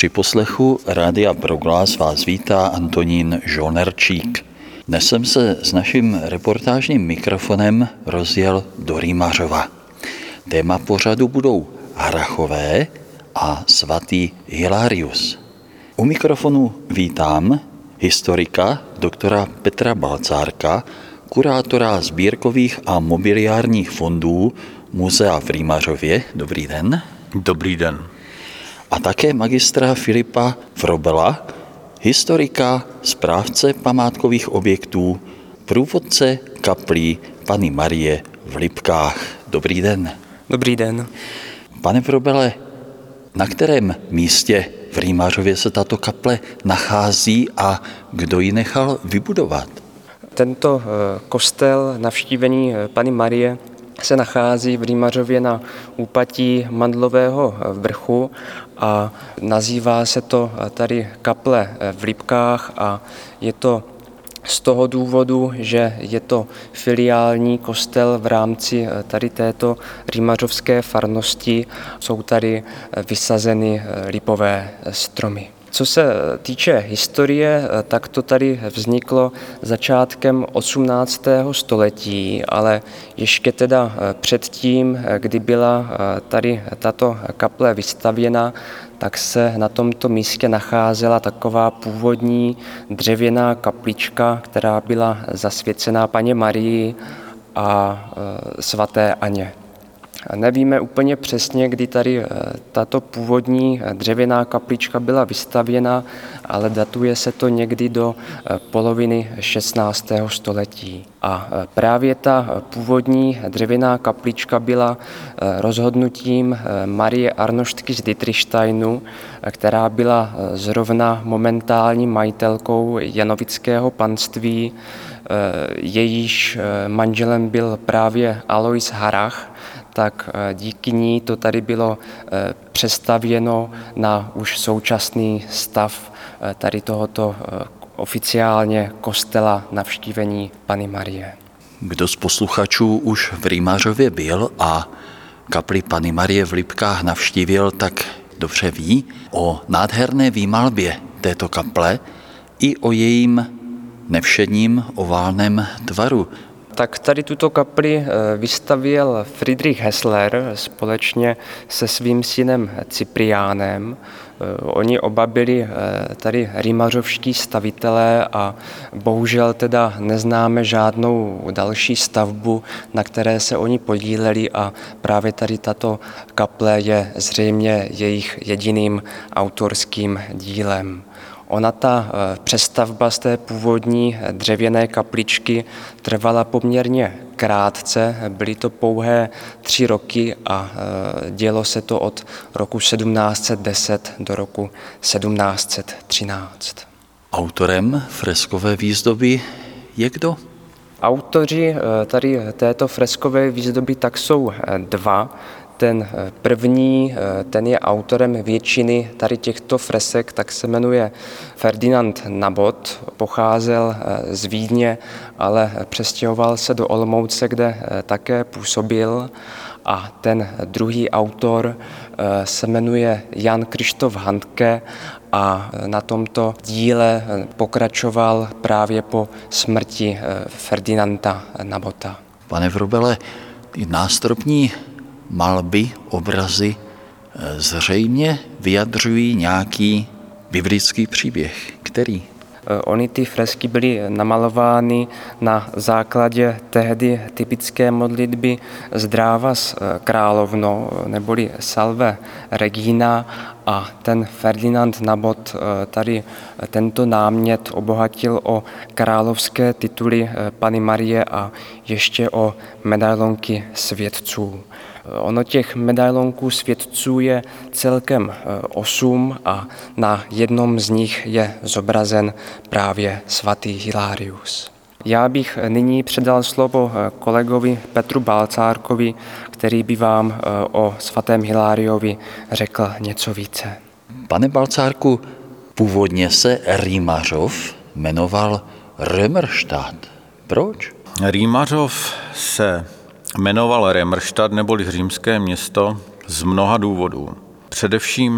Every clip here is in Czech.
Při poslechu Rádia Proglas vás vítá Antonín Žolnerčík. Dnes jsem se s naším reportážním mikrofonem rozjel do Rýmařova. Téma pořadu budou Hrachové a svatý Hilarius. U mikrofonu vítám historika doktora Petra Balcárka, kurátora sbírkových a mobiliárních fondů Muzea v Rýmařově. Dobrý den. Dobrý den. A také magistra Filipa Vrobela, historika, správce památkových objektů, průvodce kaplí Panny Marie v Lipkách. Dobrý den. Dobrý den. Pane Vrobele, na kterém místě v Rýmařově se tato kaple nachází a kdo ji nechal vybudovat? Tento kostel navštívení Panny Marie se nachází v Rýmařově na úpatí Mandlového vrchu a nazývá se to tady kaple v Lipkách a je to z toho důvodu, že je to filiální kostel v rámci tady této rýmařovské farnosti. Jsou tady vysazeny lipové stromy. Co se týče historie, tak to tady vzniklo začátkem 18. století, ale ještě teda předtím, kdy byla tady tato kaple vystavěna, tak se na tomto místě nacházela taková původní dřevěná kaplička, která byla zasvěcená Panně Marii a svaté Anně. Nevíme úplně přesně, kdy tady tato původní dřevěná kaplička byla vystavěna, ale datuje se to někdy do poloviny 16. století. A právě ta původní dřevěná kaplička byla rozhodnutím Marie Arnoštky z Dietrichsteinu, která byla zrovna momentální majitelkou janovického panství. Jejíž manželem byl právě Alois Harrach, tak díky ní to tady bylo přestavěno na už současný stav tady tohoto oficiálně kostela navštívení Panny Marie. Kdo z posluchačů už v Rýmařově byl a kapli Panny Marie v Lipkách navštívil, tak dobře ví o nádherné výmalbě této kaple i o jejím nevšedním oválném tvaru. Tak tady tuto kapli vystavěl Friedrich Hessler společně se svým synem Cypriánem. Oni oba byli tady rýmařovští stavitelé a bohužel teda neznáme žádnou další stavbu, na které se oni podíleli a právě tady tato kaple je zřejmě jejich jediným autorským dílem. Ona ta přestavba z té původní dřevěné kapličky trvala poměrně krátce, byly to pouhé 3 roky a dělo se to od roku 1710 do roku 1713. Autorem freskové výzdoby je kdo? Autoři tady této freskové výzdoby tak jsou 2. Ten první, ten je autorem většiny tady těchto fresek, tak se jmenuje Ferdinand Nabot, pocházel z Vídně, ale přestěhoval se do Olomouce, kde také působil. A ten druhý autor se jmenuje Jan Krištof Handke a na tomto díle pokračoval právě po smrti Ferdinanda Nabota. Pane Vrobele, nástropní malby, obrazy zřejmě vyjadřují nějaký biblický příběh. Který? Ony ty fresky byly namalovány na základě tehdy typické modlitby Zdrávas královno, neboli Salve Regina, a ten Ferdinand Nabot tady tento námět obohatil o královské tituly Panny Marie a ještě o medailonky světců. Ono těch medailonků světců je celkem 8 a na jednom z nich je zobrazen právě svatý Hilarius. Já bych nyní předal slovo kolegovi Petru Balcárkovi, který by vám o svatém Hiláriovi řekl něco více. Pane Balcárku, původně se Rýmařov jmenoval Römerstadt. Proč? Rýmařov se jmenoval Römerstadt neboli římské město z mnoha důvodů. Především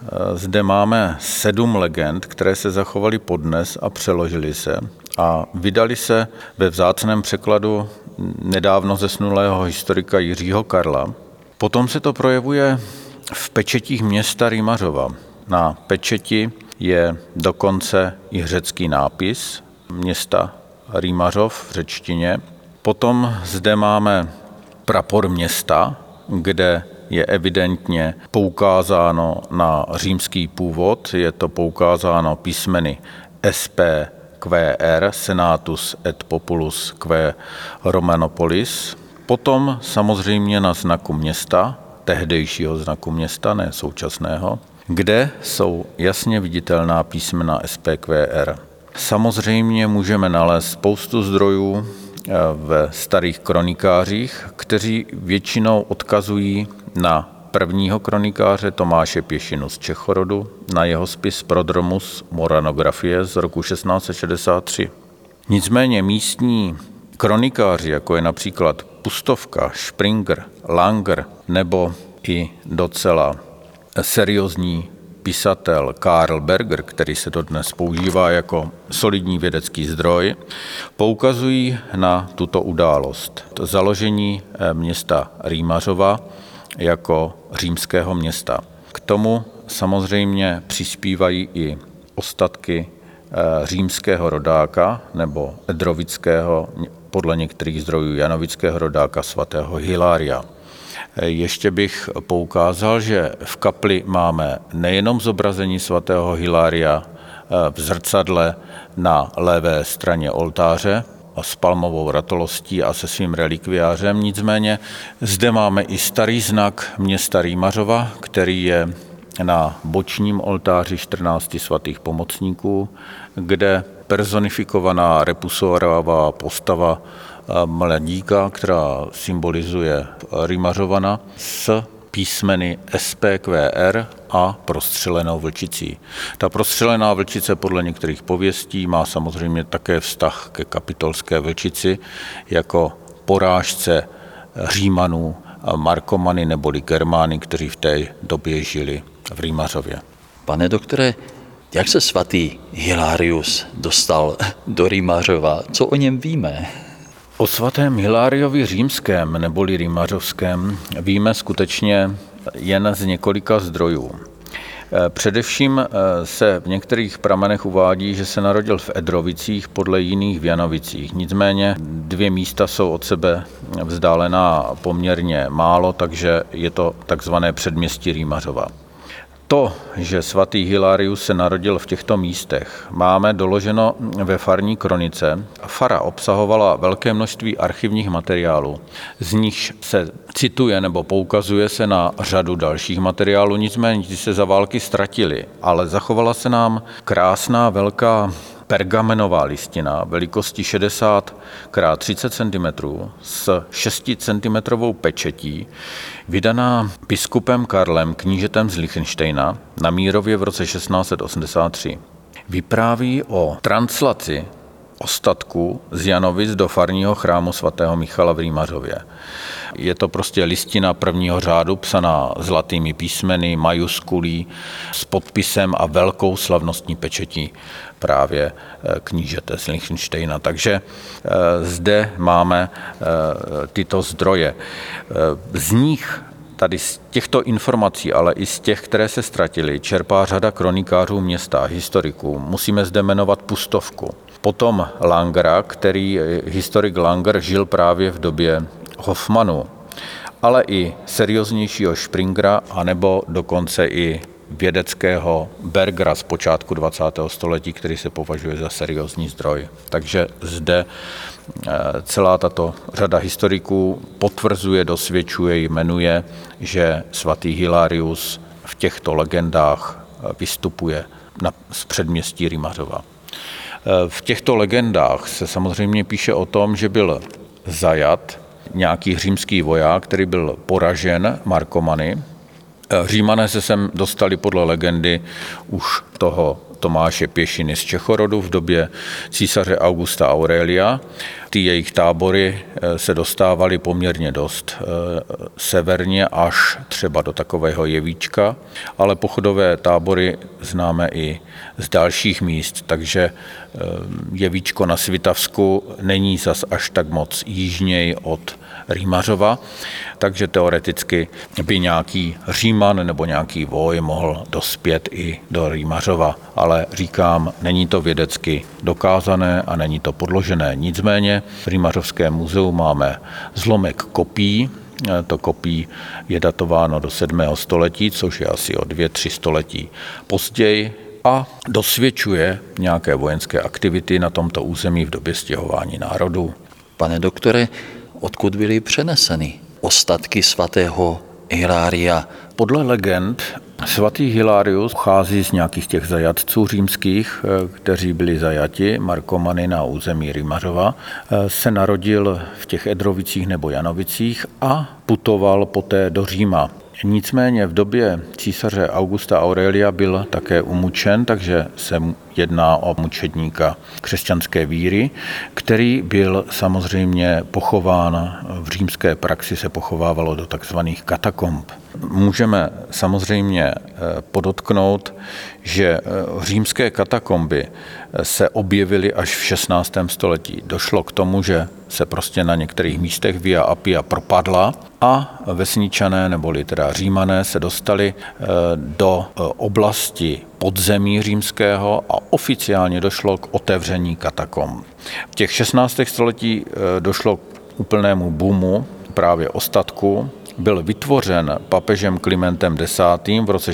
zde máme 7 legend, které se zachovaly podnes a přeložily se a vydali se ve vzácném překladu nedávno zesnulého historika Jiřího Karla. Potom se to projevuje v pečetích města Rýmařova. Na pečeti je dokonce i řecký nápis města Rýmařov v řečtině. Potom zde máme prapor města, kde je evidentně poukázáno na římský původ, je to poukázáno písmeny SPQR, Senatus et Populus Quae Romanopolis. Potom samozřejmě na znaku města, tehdejšího znaku města, ne současného, kde jsou jasně viditelná písmena SPQR. Samozřejmě můžeme nalézt spoustu zdrojů ve starých kronikářích, kteří většinou odkazují na prvního kronikáře Tomáše Pěšinu z Čechorodu, na jeho spis Prodromus Moranografie z roku 1663. Nicméně místní kronikáři, jako je například Pustovka, Springer, Langer nebo i docela seriózní pisatel Karl Berger, který se dodnes používá jako solidní vědecký zdroj, poukazují na tuto událost. Založení města Rýmařova jako římského města. K tomu samozřejmě přispívají i ostatky římského rodáka nebo edrovického, podle některých zdrojů janovického rodáka svatého Hilária. Ještě bych poukázal, že v kapli máme nejenom zobrazení svatého Hilária v zrcadle na levé straně oltáře a s palmovou ratolostí a se svým relikviářem, nicméně zde máme i starý znak města Rýmařova, který je na bočním oltáři 14 svatých pomocníků, kde personifikovaná Repusorová postava mladíka, která symbolizuje Rýmařovana, s písmeny SPQR a prostřelenou vlčicí. Ta prostřelená vlčice podle některých pověstí má samozřejmě také vztah ke kapitolské vlčici jako porážce Římanů, Markomany neboli Germány, kteří v té době žili v Rýmařově. Pane doktore, jak se svatý Hilarius dostal do Rýmařova? Co o něm víme? O svatém Hiláriovi římském neboli rýmařovském víme skutečně jen z několika zdrojů. Především se v některých pramenech uvádí, že se narodil v Edrovicích, podle jiných v Janovicích. Nicméně 2 místa jsou od sebe vzdálená poměrně málo, takže je to takzvané předměstí Rýmařova. To, že svatý Hilarius se narodil v těchto místech, máme doloženo ve farní kronice. Fara obsahovala velké množství archivních materiálů, z nichž se cituje nebo poukazuje se na řadu dalších materiálů, nicméně ty se za války ztratily, ale zachovala se nám krásná velká pergamenová listina velikosti 60 x 30 cm s 6 cm pečetí, vydaná biskupem Karlem, knížetem z Lichtenštejna na Mírově v roce 1683. Vypráví o translaci ostatků z Janovic do farního chrámu svatého Michala v Rýmařově. Je to prostě listina prvního řádu, psaná zlatými písmeny, majuskulí, s podpisem a velkou slavnostní pečetí právě knížete z Lichtenštejna. Takže zde máme tyto zdroje. Z nich, tady z těchto informací, ale i z těch, které se ztratily, čerpá řada kronikářů města a historiků. Musíme zde jmenovat Pustovku. Potom Langera, který historik Langer žil právě v době Hoffmanu, ale i serióznějšího Springera, anebo dokonce i vědeckého Bergera z počátku 20. století, který se považuje za seriózní zdroj. Takže zde celá tato řada historiků potvrzuje, dosvědčuje, jmenuje, že svatý Hilarius v těchto legendách vystupuje z předměstí Rýmařova. V těchto legendách se samozřejmě píše o tom, že byl zajat nějaký římský voják, který byl poražen Markomany. Římané se sem dostali podle legendy už toho Tomáše Pěšiny z Čechorodu v době císaře Augusta Aurelia. Ty jejich tábory se dostávaly poměrně dost severně až třeba do takového Jevíčka, ale pochodové tábory známe i z dalších míst, takže Jevíčko na Svitavsku není zas až tak moc jižněji od Rýmařova, takže teoreticky by nějaký Říman nebo nějaký voj mohl dospět i do Rýmařova, ale říkám, není to vědecky dokázané a není to podložené. Nicméně v Rýmařovském muzeu máme zlomek kopí. To kopí je datováno do 7. století, což je asi o 2-3 století později a dosvědčuje nějaké vojenské aktivity na tomto území v době stěhování národů. Pane doktore, odkud byly přeneseny ostatky svatého Hilária? Podle legend svatý Hilarius pochází z nějakých těch zajatců římských, kteří byli zajati Markomany na území Rýmařova. Se narodil v těch Edrovicích nebo Janovicích a putoval poté do Říma. Nicméně v době císaře Augusta Aurelia byl také umučen, takže se jedná o mučedníka křesťanské víry, který byl samozřejmě pochován, v římské praxi se pochovávalo do takzvaných katakomb. Můžeme samozřejmě podotknout, že římské katakomby se objevily až v 16. století. Došlo k tomu, že se prostě na některých místech Via Appia propadla a vesničané neboli teda Římané se dostali do oblasti podzemí římského a oficiálně došlo k otevření katakomb. V těch 16. století došlo k úplnému boomu právě ostatku. Byl vytvořen papežem Klimentem X. v roce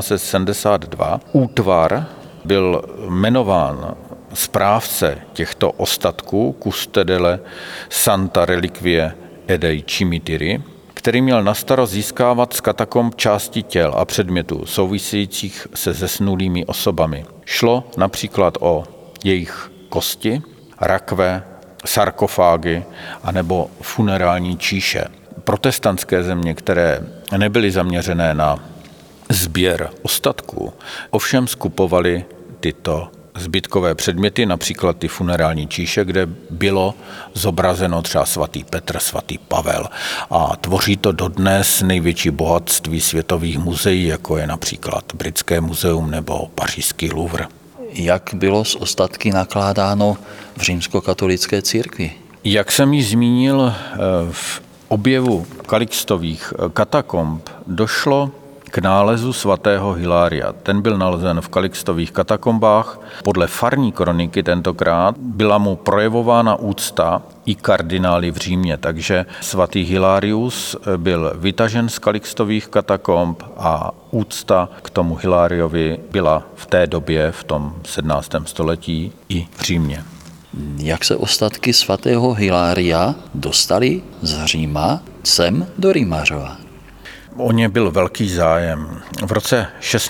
1672. Útvar byl jmenován správce těchto ostatků Custodele Santa Reliquie Dei Cimiteri, který měl na starost získávat z katakomb části těl a předmětů souvisejících se zesnulými osobami. Šlo například o jejich kosti, rakve, sarkofágy anebo funerální číše. Protestantské země, které nebyly zaměřené na sběr ostatků, ovšem skupovaly tyto zbytkové předměty, například ty funerální číše, kde bylo zobrazeno třeba svatý Petr, svatý Pavel a tvoří to dodnes největší bohatství světových muzeí, jako je například Britské muzeum nebo Pařížský Louvre. Jak bylo s ostatky nakládáno v římskokatolické církvi? Jak jsem již zmínil, v objevu Kalixtových katakomb došlo k nálezu svatého Hilária. Ten byl nalezen v Kalixtových katakombách. Podle farní kroniky tentokrát byla mu projevována úcta i kardinály v Římě, takže svatý Hilarius byl vytažen z Kalixtových katakomb a úcta k tomu Hiláriovi byla v té době, v tom 17. století, i v Římě. Jak se ostatky svatého Hilária dostali z Říma sem do Rýmařova? O ně byl velký zájem. V roce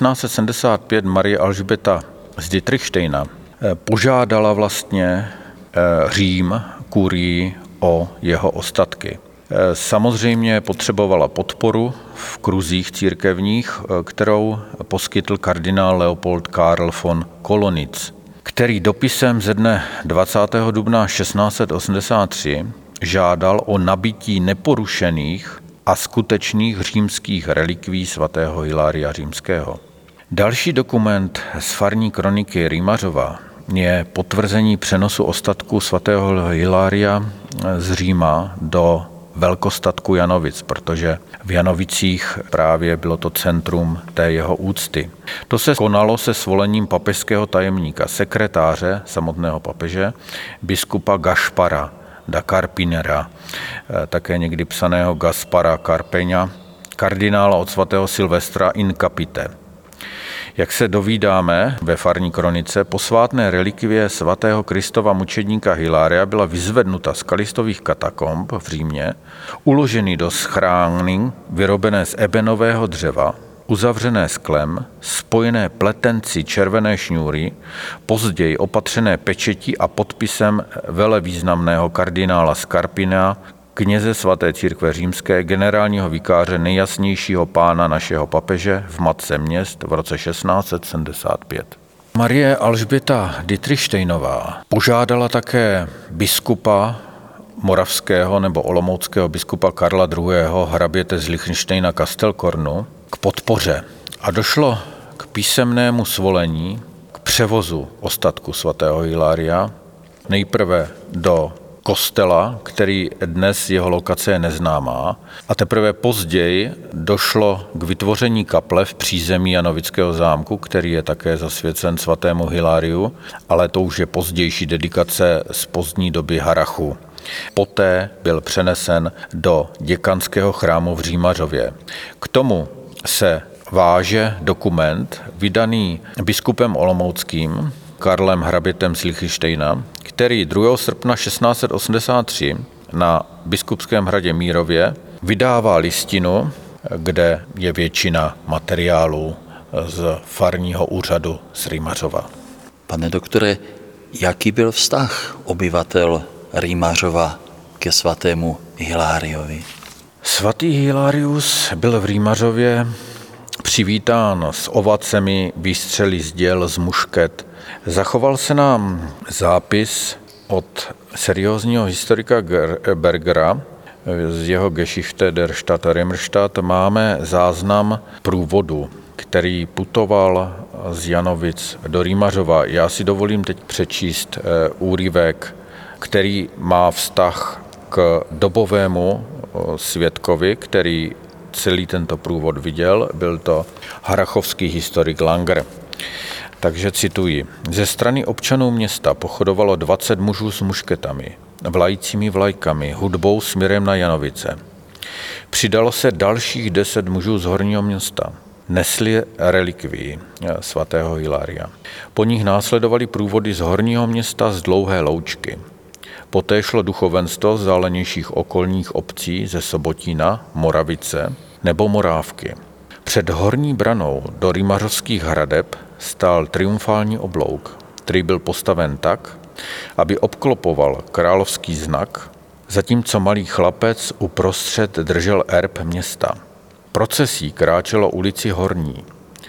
1675 Marie Alžběta z Dietrichštejna požádala vlastně Řím, kurii, o jeho ostatky. Samozřejmě potřebovala podporu v kruzích církevních, kterou poskytl kardinál Leopold Karl von Kolonitz, který dopisem ze dne 20. dubna 1683 žádal o nabití neporušených a skutečných římských relikví svatého Hilária Římského. Další dokument z farní kroniky Rýmařova je potvrzení přenosu ostatků svatého Hilária z Říma do velkostatku Janovic, protože v Janovicích právě bylo to centrum té jeho úcty. To se konalo se svolením papežského tajemníka, sekretáře samotného papeže, biskupa Gašpara da Carpinera, také někdy psaného Gaspara Carpeňa, kardinála od svatého Silvestra in capite. Jak se dovídáme ve farní kronice, posvátné relikvie svatého Kristova mučedníka Hilária byla vyzvednuta z Kalistových katakomb v Římě, uložený do schrány vyrobené z ebenového dřeva, uzavřené sklem, spojené pletenci červené šňůry, později opatřené pečetí a podpisem velevýznamného kardinála Scarpina, kněze svaté církve římské, generálního vikáře nejjasnějšího pána našeho papeže v matce měst v roce 1675. Marie Alžběta Dietrichsteinová požádala také biskupa moravského nebo olomouckého biskupa Karla II. Hraběte z Lichtenštejna Kastelkornu k podpoře a došlo k písemnému svolení k převozu ostatku svatého Hilária nejprve do kostela, který dnes jeho lokace je neznámá, a teprve později došlo k vytvoření kaple v přízemí Janovického zámku, který je také zasvěcen svatému Hiláriu, ale to už je pozdější dedikace z pozdní doby Harachu. Poté byl přenesen do děkanského chrámu v Římařově. K tomu se váže dokument vydaný biskupem olomouckým Karlem Hrabětem z Lichtenštejna, který 2. srpna 1683 na biskupském hradě Mírově vydává listinu, kde je většina materiálů z farního úřadu z Rýmařova. Pane doktore, jaký byl vztah obyvatel Rýmařova ke svatému Hiláriovi? Svatý Hilarius byl v Rýmařově přivítán s ovacemi, výstřely z děl, z mušket. Zachoval se nám zápis od seriózního historika Bergera z jeho Geschichte der Stadt Rimmerstadt. Máme záznam průvodu, který putoval z Janovic do Rýmařova. Já si dovolím teď přečíst úryvek, který má vztah k dobovému svědkovi, který celý tento průvod viděl. Byl to harrachovský historik Langer. Takže cituji. Ze strany občanů města pochodovalo 20 mužů s mušketami, vlajícími vlajkami, hudbou směrem na Janovice. Přidalo se dalších 10 mužů z horního města. Nesli relikvii svatého Hilária. Po nich následovali průvody z horního města z Dlouhé Loučky. Poté šlo duchovenstvo z zálenějších okolních obcí ze Sobotína, Moravice nebo Morávky. Před horní branou do rýmařovských hradeb stál triumfální oblouk, který byl postaven tak, aby obklopoval královský znak, zatímco malý chlapec uprostřed držel erb města. Procesí kráčelo ulici Horní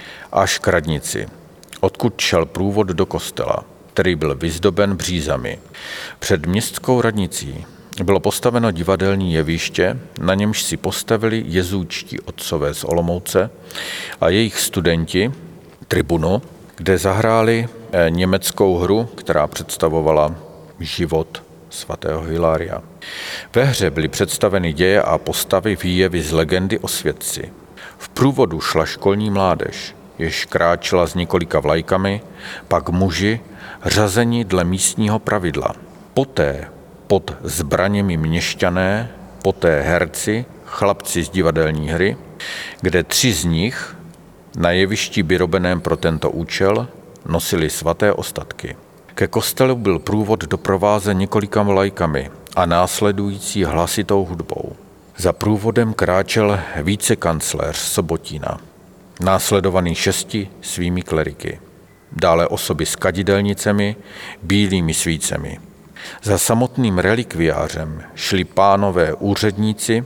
až k radnici, odkud šel průvod do kostela, který byl vyzdoben břízami. Před městskou radnicí bylo postaveno divadelní jeviště, na němž si postavili jezúčtí otcové z Olomouce a jejich studenti tribunu, kde zahráli německou hru, která představovala život svatého Hilária. Ve hře byly představeny děje a postavy výjevy z legendy o světci. V průvodu šla školní mládež, jež kráčela s několika vlajkami, pak muži řazení dle místního pravidla. Poté pod zbraněmi měšťané, poté herci, chlapci z divadelní hry, kde 3 z nich na jevišti vyrobeném pro tento účel nosili svaté ostatky. Ke kostelu byl průvod doprovázen několika vlajkami a následující hlasitou hudbou. Za průvodem kráčel vicekancléř Sobotína, následovaný 6 svými kleriky. Dále osoby s kadidelnicemi, bílými svícemi. Za samotným relikviářem šli pánové úředníci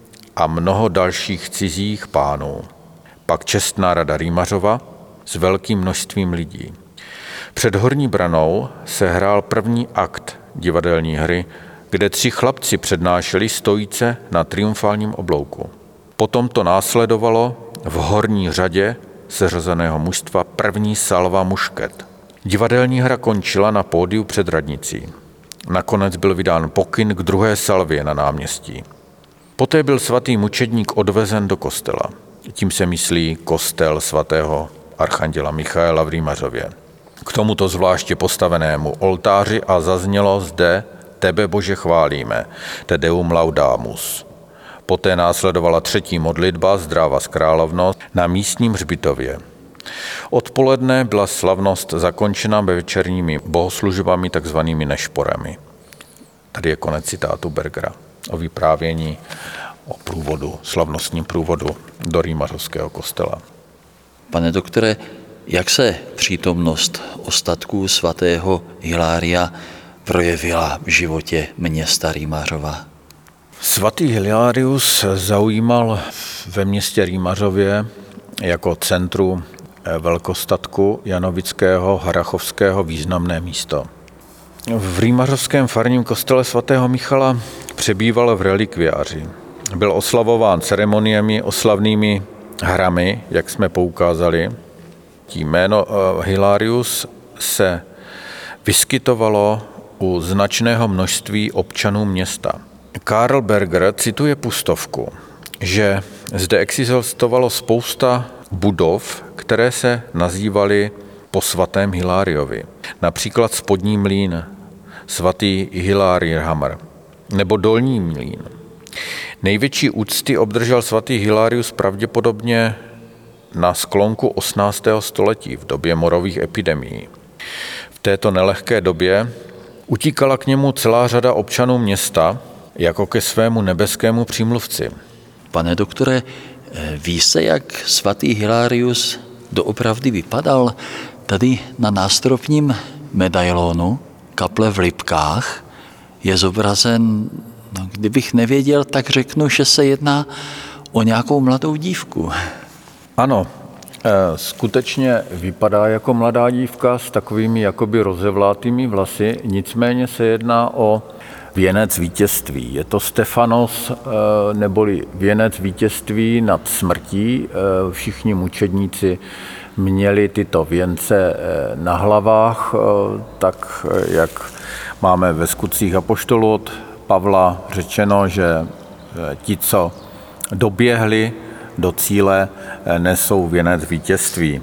a mnoho dalších cizích pánů. Pak čestná rada Rýmařova s velkým množstvím lidí. Před horní branou se hrál první akt divadelní hry, kde 3 chlapci přednášeli stojíce na triumfálním oblouku. Potom to následovalo v horní řadě seřazeného mužstva první salva mušket. Divadelní hra končila na pódiu před radnicí. Nakonec byl vydán pokyn k druhé salvě na náměstí. Poté byl svatý mučedník odvezen do kostela. Tím se myslí kostel svatého archanděla Michaela v Rýmařově. K tomuto zvláště postavenému oltáři a zaznělo zde Tebe, Bože, chválíme, Te Deum laudamus. Poté následovala 3. modlitba Zdráva z královnost na místním hřbitově. Odpoledne byla slavnost zakončena večerními bohoslužbami takzvanými nešporami. Tady je konec citátu Bergera o vyprávění o průvodu, slavnostním průvodu do rýmařovského kostela. Pane doktore, jak se přítomnost ostatků svatého Hilária projevila v životě města Rýmařova? Svatý Hilarius zaujímal ve městě Rýmařově jako centru velkostatku janovického harrachovského významné místo. V rýmařovském farním kostele svatého Michala přebýval v relikviáři. Byl oslavován ceremoniemi, oslavnými hrami, jak jsme poukázali. Jméno Hilarius se vyskytovalo u značného množství občanů města. Karl Berger cituje Pustovku, že zde existovalo spousta budov, které se nazývaly po svatém Hiláriovi. Například spodní mlýn, svatý Hilarihamr, nebo dolní mlýn. Největší úcty obdržel svatý Hilarius pravděpodobně na sklonku 18. století v době morových epidemií. V této nelehké době utíkala k němu celá řada občanů města jako ke svému nebeskému přímluvci. Pane doktore, ví se, jak svatý Hilarius doopravdy vypadal? Tady na nástropním medailonu kaple v Lipkách je zobrazen, kdybych nevěděl, tak řeknu, že se jedná o nějakou mladou dívku. Ano, skutečně vypadá jako mladá dívka s takovými jakoby rozevlátými vlasy, nicméně se jedná o věnec vítězství. Je to Stefanos, neboli věnec vítězství nad smrtí. Všichni mučedníci měli tyto věnce na hlavách, tak jak máme ve Skutcích apoštolů od Pavla řečeno, že ti, co doběhli do cíle, nesou věnec vítězství.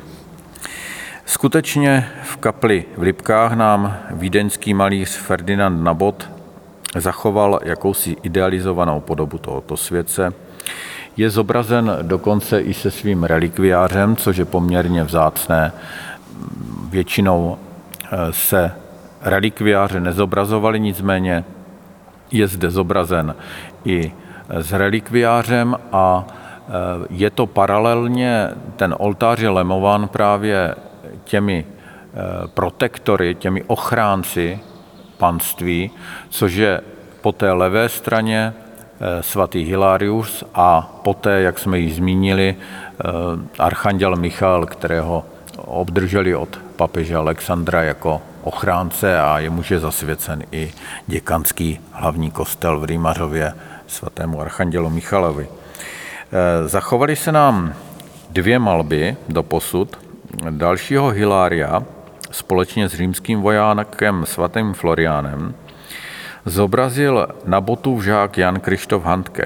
Skutečně v kapli v Lipkách nám vídeňský malíř Ferdinand Nabot zachoval jakousi idealizovanou podobu tohoto světce. Je zobrazen dokonce i se svým relikviářem, což je poměrně vzácné. Většinou se relikviáře nezobrazovaly, nicméně je zde zobrazen i s relikviářem a je to paralelně, ten oltář je lemován právě těmi protektory, těmi ochránci panství, což je po té levé straně svatý Hilarius a poté, jak jsme ji zmínili, archanděl Michal, kterého obdrželi od papeže Alexandra jako ochránce a jemuž je zasvěcen i děkanský hlavní kostel v Rýmařově svatému archandělu Michalovi. Zachovaly se nám dvě malby doposud dalšího Hilária společně s římským vojákem svatým Floriánem zobrazil Nabotův žák Jan Krištof Handke.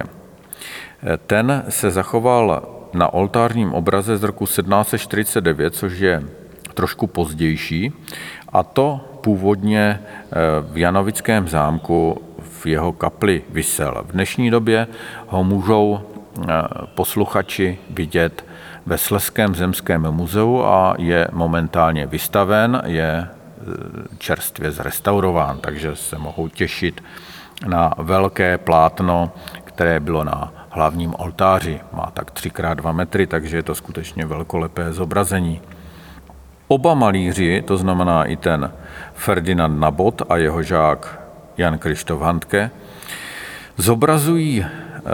Ten se zachoval na oltářním obraze z roku 1749, což je trošku pozdější, a to původně v Janovickém zámku v jeho kapli visel. V dnešní době ho můžou posluchači vidět ve Slezském zemském muzeu a je momentálně vystaven, je čerstvě zrestaurován, takže se mohou těšit na velké plátno, které bylo na hlavním oltáři. Má tak 3x2 metry, takže je to skutečně velkolepé zobrazení. Oba malíři, to znamená i ten Ferdinand Nabot a jeho žák Jan Krištof Handke, zobrazují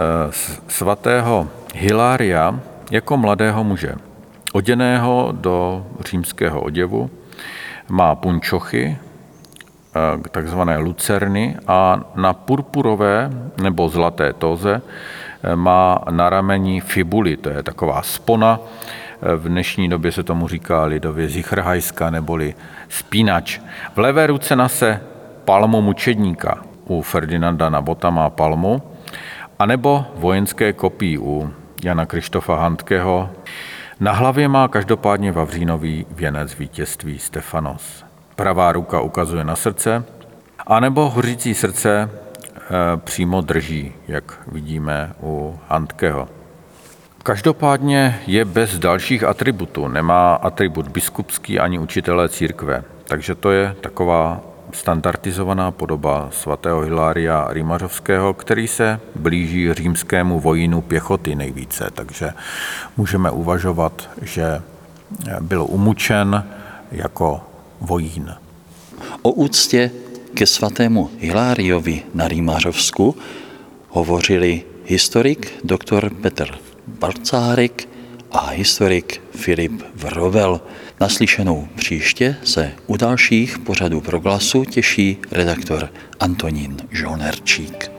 svatého Hilária jako mladého muže, oděného do římského oděvu, má punčochy, takzvané lucerny, a na purpurové nebo zlaté toze má na rameni fibuli, to je taková spona. V dnešní době se tomu říká lidově zichrhajska neboli spínač. V levé ruce nese palmu mučedníka. U Ferdinanda Nabota má palmu, anebo vojenské kopí u Jana Krištofa Handkeho. Na hlavě má každopádně vavřínový věnec vítězství Stefanos. Pravá ruka ukazuje na srdce, anebo hořící srdce přímo drží, jak vidíme u Handkeho. Každopádně je bez dalších atributů, nemá atribut biskupský ani učitelé církve, takže to je taková standardizovaná podoba svatého Hilária Rýmařovského, který se blíží římskému vojínu pěchoty nejvíce, takže můžeme uvažovat, že byl umučen jako vojín. O úctě ke svatému Hiláriovi na Rýmařovsku hovořili historik dr. Petr Balcárek a historik Filip Vrovel. Naslyšenou příště se u dalších pořadů Proglasu těší redaktor Antonín Žolnerčík.